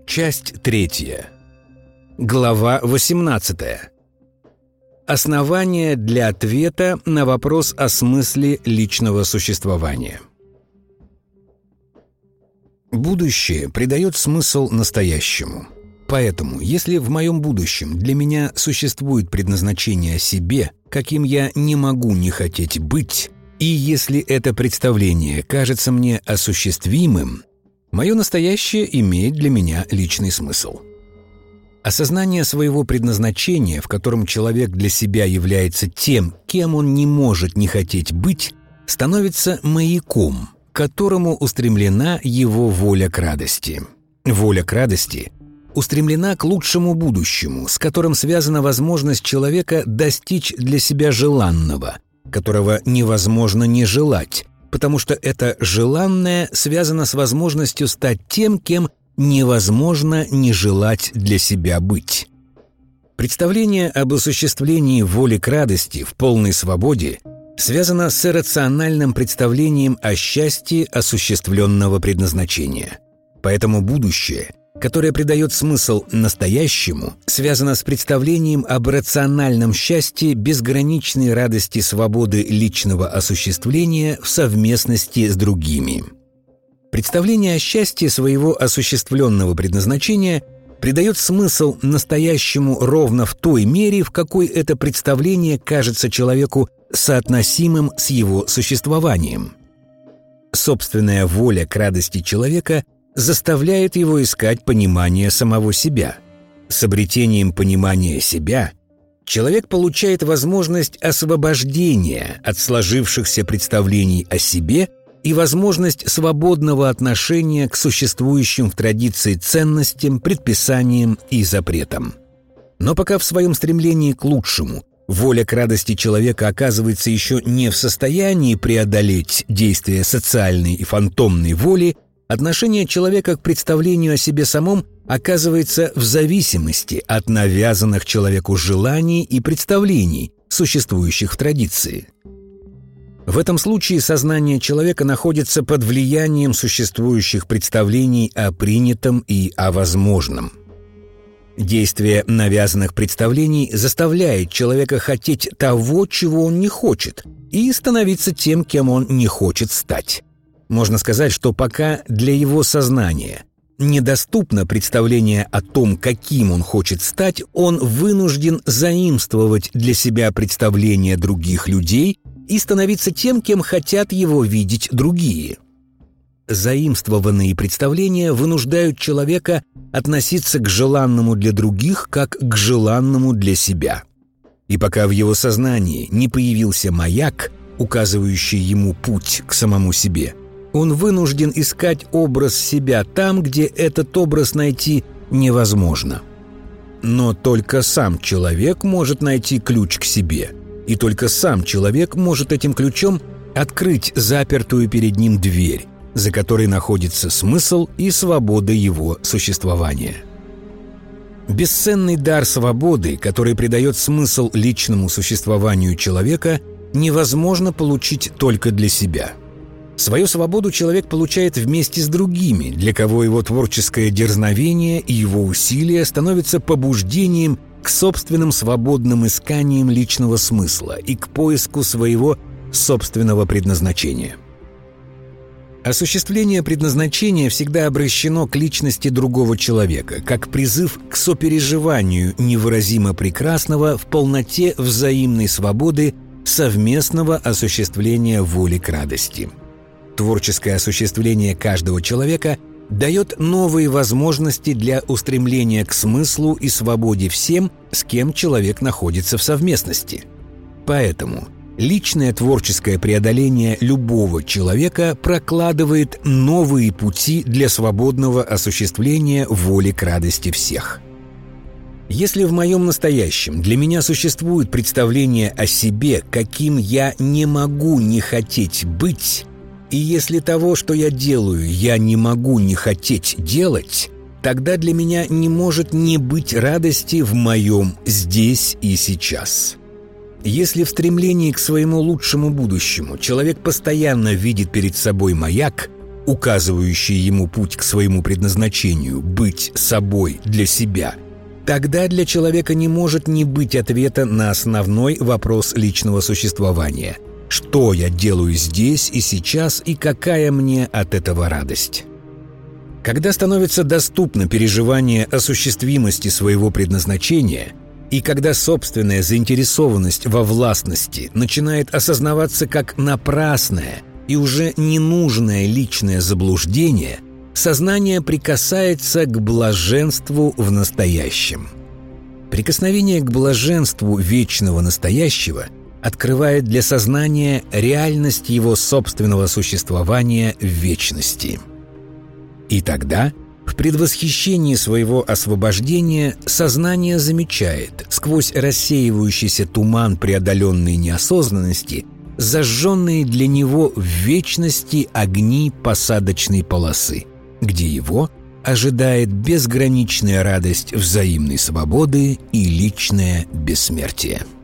Часть 3. Глава 18. Основания для ответа на вопрос о смысле личного существования. Будущее придает смысл настоящему. Поэтому, если в моем будущем для меня существует предназначение о себе, каким я не могу не хотеть быть, и если это представление кажется мне осуществимым, мое настоящее имеет для меня личный смысл. Осознание своего предназначения, в котором человек для себя является тем, кем он не может не хотеть быть, становится маяком, к которому устремлена его воля к радости. Воля к радости устремлена к лучшему будущему, с которым связана возможность человека достичь для себя желанного, которого невозможно не желать, потому что это желанное связано с возможностью стать тем, кем невозможно не желать для себя быть. Представление об осуществлении воли к радости в полной свободе связано с иррациональным представлением о счастье осуществленного предназначения. Поэтому будущее, которое придает смысл настоящему, связано с представлением об рациональном счастье безграничной радости свободы личного осуществления в совместности с другими. Представление о счастье своего осуществленного предназначения придает смысл настоящему ровно в той мере, в какой это представление кажется человеку соотносимым с его существованием. Собственная воля к радости человека заставляет его искать понимание самого себя. С обретением понимания себя человек получает возможность освобождения от сложившихся представлений о себе и возможность свободного отношения к существующим в традиции ценностям, предписаниям и запретам. Но пока в своем стремлении к лучшему воля к радости человека оказывается еще не в состоянии преодолеть действия социальной и фантомной воли, отношение человека к представлению о себе самом оказывается в зависимости от навязанных человеку желаний и представлений, существующих в традиции. В этом случае сознание человека находится под влиянием существующих представлений о принятом и о возможном. Действие навязанных представлений заставляет человека хотеть того, чего он не хочет, и становиться тем, кем он не хочет стать. Можно сказать, что пока для его сознания недоступно представление о том, каким он хочет стать, он вынужден заимствовать для себя представления других людей и становиться тем, кем хотят его видеть другие. Заимствованные представления вынуждают человека относиться к желанному для других как к желанному для себя. И пока в его сознании не появился маяк, указывающий ему путь к самому себе, он вынужден искать образ себя там, где этот образ найти невозможно. Но только сам человек может найти ключ к себе, и только сам человек может этим ключом открыть запертую перед ним дверь, за которой находится смысл и свобода его существования. Бесценный дар свободы, который придает смысл личному существованию человека, невозможно получить только для себя. Свою свободу человек получает вместе с другими, для кого его творческое дерзновение и его усилия становятся побуждением к собственным свободным исканиям личного смысла и к поиску своего собственного предназначения. Осуществление предназначения всегда обращено к личности другого человека, как призыв к сопереживанию невыразимо прекрасного в полноте взаимной свободы совместного осуществления воли к радости. Творческое осуществление каждого человека дает новые возможности для устремления к смыслу и свободе всем, с кем человек находится в совместности. Поэтому личное творческое преодоление любого человека прокладывает новые пути для свободного осуществления воли к радости всех. Если в моем настоящем для меня существует представление о себе, каким я не могу не хотеть быть, и если того, что я делаю, я не могу не хотеть делать, тогда для меня не может не быть радости в моем здесь и сейчас. Если в стремлении к своему лучшему будущему человек постоянно видит перед собой маяк, указывающие ему путь к своему предназначению – быть собой для себя, тогда для человека не может не быть ответа на основной вопрос личного существования – что я делаю здесь и сейчас, и какая мне от этого радость? Когда становится доступно переживание осуществимости своего предназначения, и когда собственная заинтересованность во властности начинает осознаваться как напрасное и уже ненужное личное заблуждение, сознание прикасается к блаженству в настоящем. Прикосновение к блаженству вечного настоящего открывает для сознания реальность его собственного существования в вечности. И тогда, в предвосхищении своего освобождения, сознание замечает, сквозь рассеивающийся туман преодоленной неосознанности, зажженные для него в вечности огни посадочной полосы, где его ожидает безграничная радость взаимной свободы и личное бессмертие.